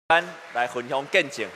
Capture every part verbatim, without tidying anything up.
咱来分享见证。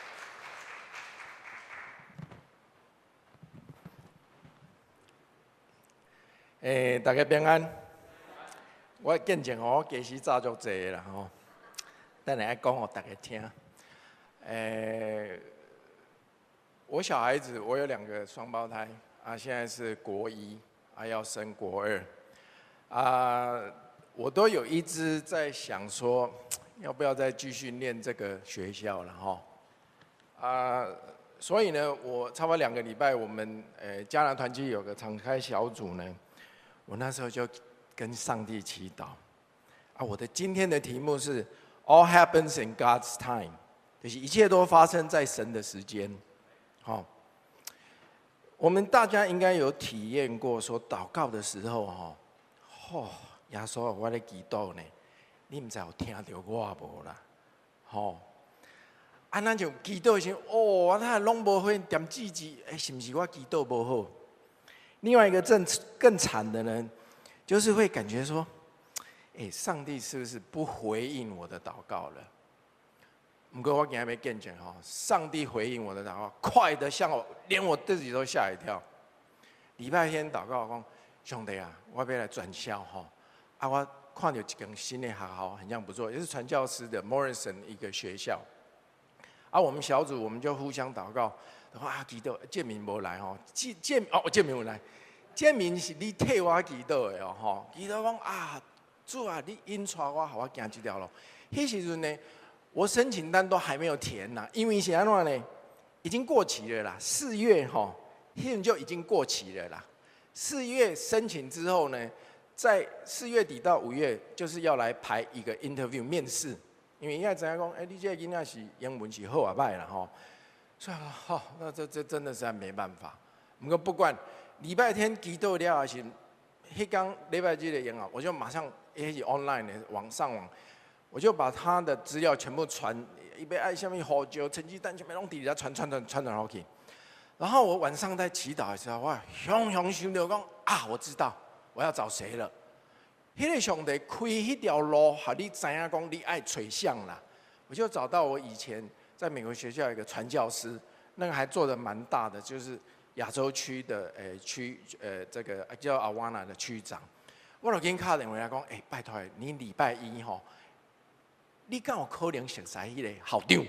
诶、欸，大家平安。我见证哦，其实早就济啦吼，等下爱讲给大家听。诶、欸，我小孩子，我有两个双胞胎啊，现在是国一啊，要升国二啊，我都有一直在想说，要不要再继续念这个学校了哈？啊，所以呢，我差不多两个礼拜，我们呃迦南团契有个敞开小组呢，我那时候就跟上帝祈祷啊，我的今天的题目是 All happens in God's time， 就是一切都发生在神的时间。好，我们大家应该有体验过，说祷告的时候哈，吼，耶稣，我在祈祷呢，你唔知有听到我无啦？吼。啊，咱就祈祷时，哦，我睇拢无会点字字，哎，是不是我祈祷无好？另外一个更更惨的呢，就是会感觉说，哎，上帝是不是不回应我的祷告了？不过我今日要见证哈，上帝回应我的祷告，快的像我，连我自己都吓一跳。礼拜天祷告讲，兄弟啊，我要来转校哈，啊，我看到一间新的学校，很像不错，也是传教士的 Morrison 一个学校。啊，我们小组我们就互相祷告，啊，祈祷建明无来吼，建建哦建明有来，建明是你替我祈祷的哦吼，祈祷讲啊，主啊，你引带我，好我行这条路。迄时阵呢，我申请单都还没有填呐，因为是安怎呢？已经过期了啦，四月吼，迄阵就已经过期了啦。四月申请之后呢，在四月底到五月就是要来排一个 interview 面试。因为伊也知影讲，哎、欸，你这个囡仔是英文是好啊歹啦吼，所以吼，那这这真的是没办法。不过不管礼拜天祈祷了还是迄天礼拜日的演讲，我就马上也是 online 的网上网，我就把他的资料全部传，一杯爱下面好酒成绩单全部拢底下传传传传传落去。然后我晚上在祈祷的时候，哇，雄雄想到讲啊，我知道我要找谁了。迄个上帝开迄条路，互你知影讲你爱找向啦。我就找到我以前在美国学校有一个传教师，那个还做得蛮大的，就是亚洲区的诶区呃这个叫阿瓦纳的区长。我就跟他打电话来讲，诶、欸，拜托你礼拜一吼，你敢有可能熟悉迄个校长？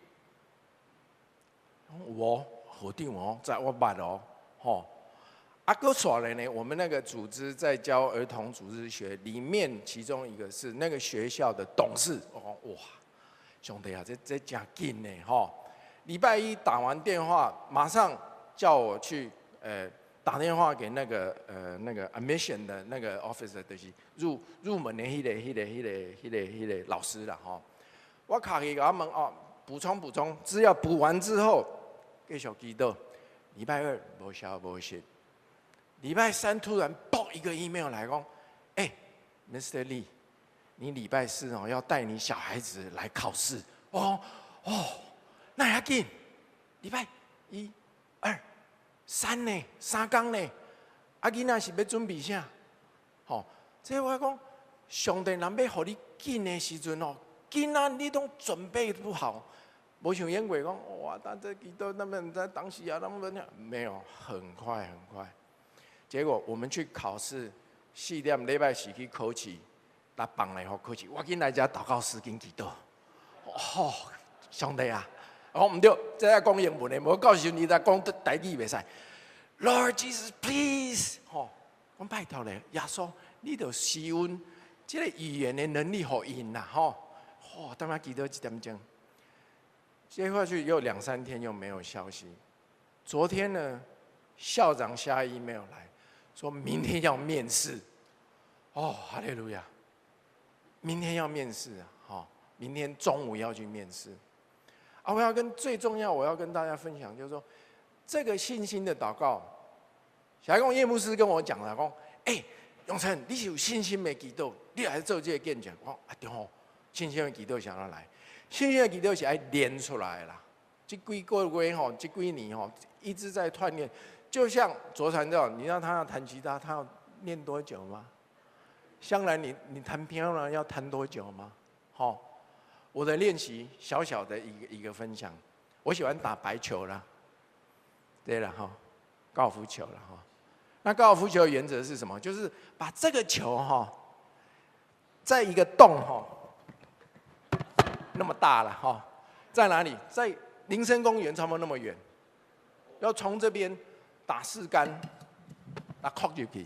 我校长哦，在我捌哦，吼。啊，哥耍了呢！我们那个组织在教儿童组织学，里面其中一个是那个学校的董事。哦，哇，兄弟啊，这这真紧呢哈！礼拜一打完电话，马上叫我去呃打电话给那个呃那个 admission 的那个 officer， 就是入入门的迄、那个迄、那个迄、那个迄、那个迄、那个老师啦哈。我卡去给他们哦，补充补充，资料补完之后，继续祈祷。礼拜二无消无息。礼拜三突然爆一个 email 来讲，哎、欸、，Mister Lee， 你礼拜四哦要带你小孩子来考试哦哦，那要紧，礼拜一、二、三呢，三天呢，啊囡仔是要准备啥？吼、哦，这我讲，上帝人要互你紧的时阵哦，囡仔你都准备不好，无像英国讲，哇，他这几多那么在当时啊，那么没有，很快很快。结果我们去考试，四点礼拜四去考试，六放来好考试，我紧来遮祷告室紧祈祷。哦，上帝啊，我唔对，这要讲英文的，无告诉你在讲台语袂使。Lord Jesus, please， 吼、哦，我拜托咧，耶稣，你著施恩，这个语言的能力互因啦，吼、哦，哦，当然祈祷一点钟，接下去又两三天又没有消息。昨天呢，校长下 email 来。说明天要面试，哦，哈利路亚！明天要面试啊，好，明天中午要去面试。啊，我要跟最重要，我要跟大家分享，就是说，这个信心的祷告。小公叶牧师跟我讲了，讲，哎、欸，永成，你是有信心的祈祷，你还是做这个见证。我啊对吼，信心的祈祷想要来，信心的祈祷是要练出来啦。这几个月吼，这几年吼，一直在锻炼。就像卓传道，你知道他要弹吉他，他要练多久吗？香兰，你你弹 piano 要弹多久吗？好、哦， 我的练习小小的一个一个分享，我喜欢打白球啦，对了哈，高尔夫球了哈。那高尔夫球的原则是什么？就是把这个球哈，在一个洞哈，那么大了哈，在哪里？在林森公园差不多那么远，要从这边打四杆，那扣进去。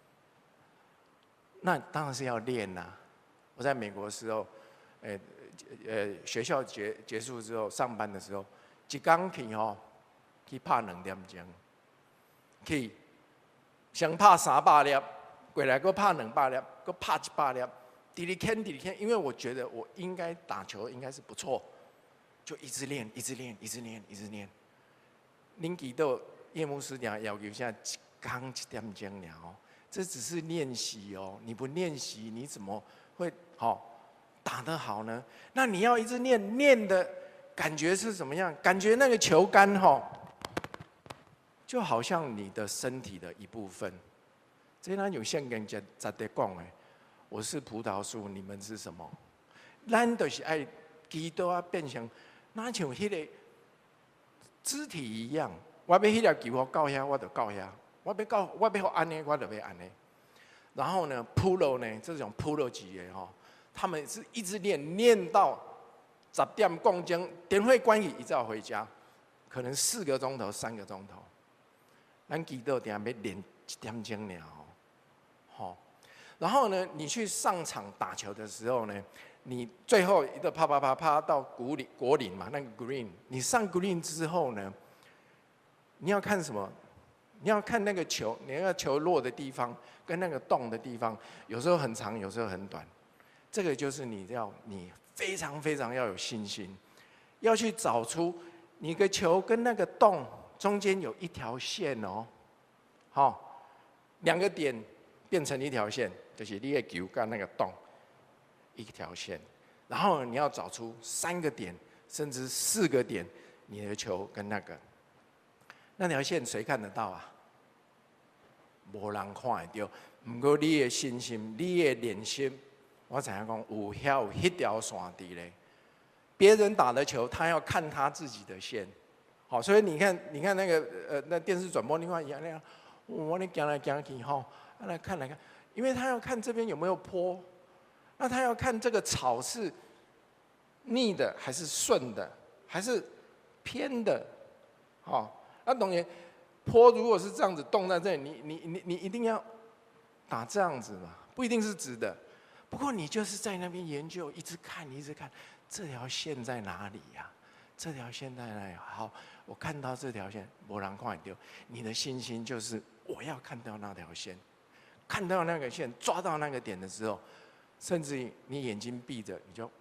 那当然是要练呐、啊。我在美国的时候，呃呃，学校结结束之后，上班的时候，一天去吼，去拍两点钟，去先拍三百粒，过来搁拍两百粒，搁拍一百粒，直直看，直直看，因为我觉得我应该打球应该是不错，就一直练，一直练，一直练，一直练。恁记到叶牧师讲要求现在一天一点钟了哦。这只是练习哦，你不练习，你怎么会好、哦、打得好呢？那你要一直练，练的感觉是怎么样？感觉那个球杆哈、哦，就好像你的身体的一部分。这咱有圣经在在在讲的，我是葡萄树，你们是什么？咱就是爱基督啊，变成那像迄个肢体一样。我要迄条球我到遐，我就到遐。我要到，我要安尼，我就要安尼。然后呢 ，Pro 呢，这种 Pro 级的哈，他们是一直练，练到十点共钟，电会关闭，一早回家，可能四个钟头、三个钟头。咱基督定要练一点钟了哦，好。然后呢，你去上场打球的时候呢，你最后一个啪啪啪啪到果岭果岭嘛，那个 green， 你上 green 之后呢，你要看什么？你要看那个球，你那个球落的地方跟那个洞的地方，有时候很长，有时候很短。这个就是你要你非常非常要有信心，要去找出你的球跟那个洞中间有一条线哦，好、哦，两个点变成一条线，就是你的球跟那个洞一条线。然后你要找出三个点，甚至四个点，你的球跟那个那条线谁看得到啊？无人看得到，不过你的信心，你的练习，我知影讲有遐有迄条线伫咧。别人打的球，他要看他自己的线，好，所以你看，你看那个呃，那电视转播，你看一样那样，我你讲来讲去吼，来看来看，因为他要看这边有没有坡，那他要看这个草是逆的还是顺的，还是偏的，好，那当然。坡如果是这样子动在这里，你你你你一定要打这样子嘛，不一定是直的。不过你就是在那边研究，一直看，一直看，这条线在哪里呀、啊？这条线在哪里？好，我看到这条线，没人看得到。你的信心就是我要看到那条线，看到那个线，抓到那个点的时候，甚至于你眼睛闭着，你就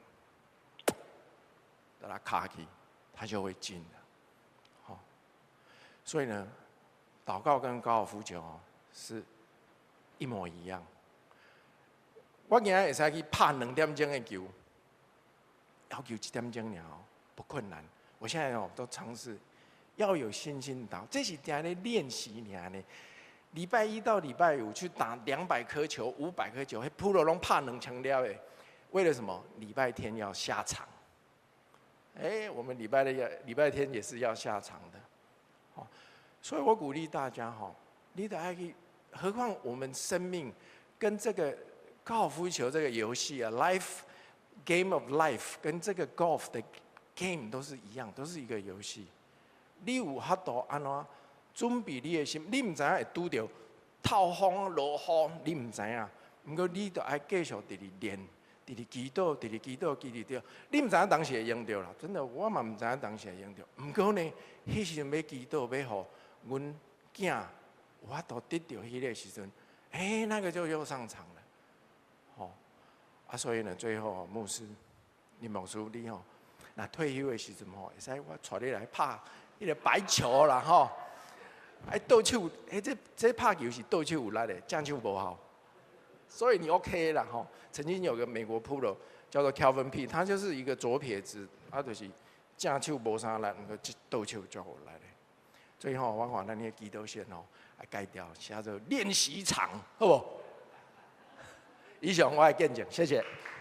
把它卡起，它就会进了。好，所以呢。祷告跟高尔夫球是一模一样。我今仔会使去拍两点钟的球，要求一点钟了，不困难。我现在哦都尝试，要有信心打，这是在咧练习呢。礼拜一到礼拜五去打两百颗球、五百颗球，迄普罗拢拍两枪了的。为了什么？礼拜天要下场。哎、欸，我们礼拜的礼拜天也是要下场的。好。所以我鼓励大家哈，你得爱去，何况我们生命跟这个高尔夫球这个游戏啊 ，life game of life 跟这个 golf 的 game 都是一样，都是一个游戏。你有法度安怎准备你的心？你唔知影会拄到透风落雨，你唔知影。不过你得爱继续直直练，直直祈祷，直直祈祷，祈祷。你唔知影当时会用到啦，真的，我嘛唔知影当时会用到。不过呢，迄时阵要祈祷要好。阮囝有法度得到迄个时阵，哎、欸，那个就又上场了，吼、哦、啊！所以呢，最后牧师林牧师你吼，那退休的时阵吼，会使我带你来拍迄个白球啦，吼、哦，哎，倒手，哎、欸，这这拍球是倒手有力的，正手无好，所以你 OK 啦，吼、哦。曾经有个美国 Pro 叫做 Calvin P， 他就是一个左撇子，啊，就是正手无啥力，毋过倒手就好力的。最后，我看咱迄个基督线哦，来改掉，写做练习场，好不？以上我的见证，谢谢。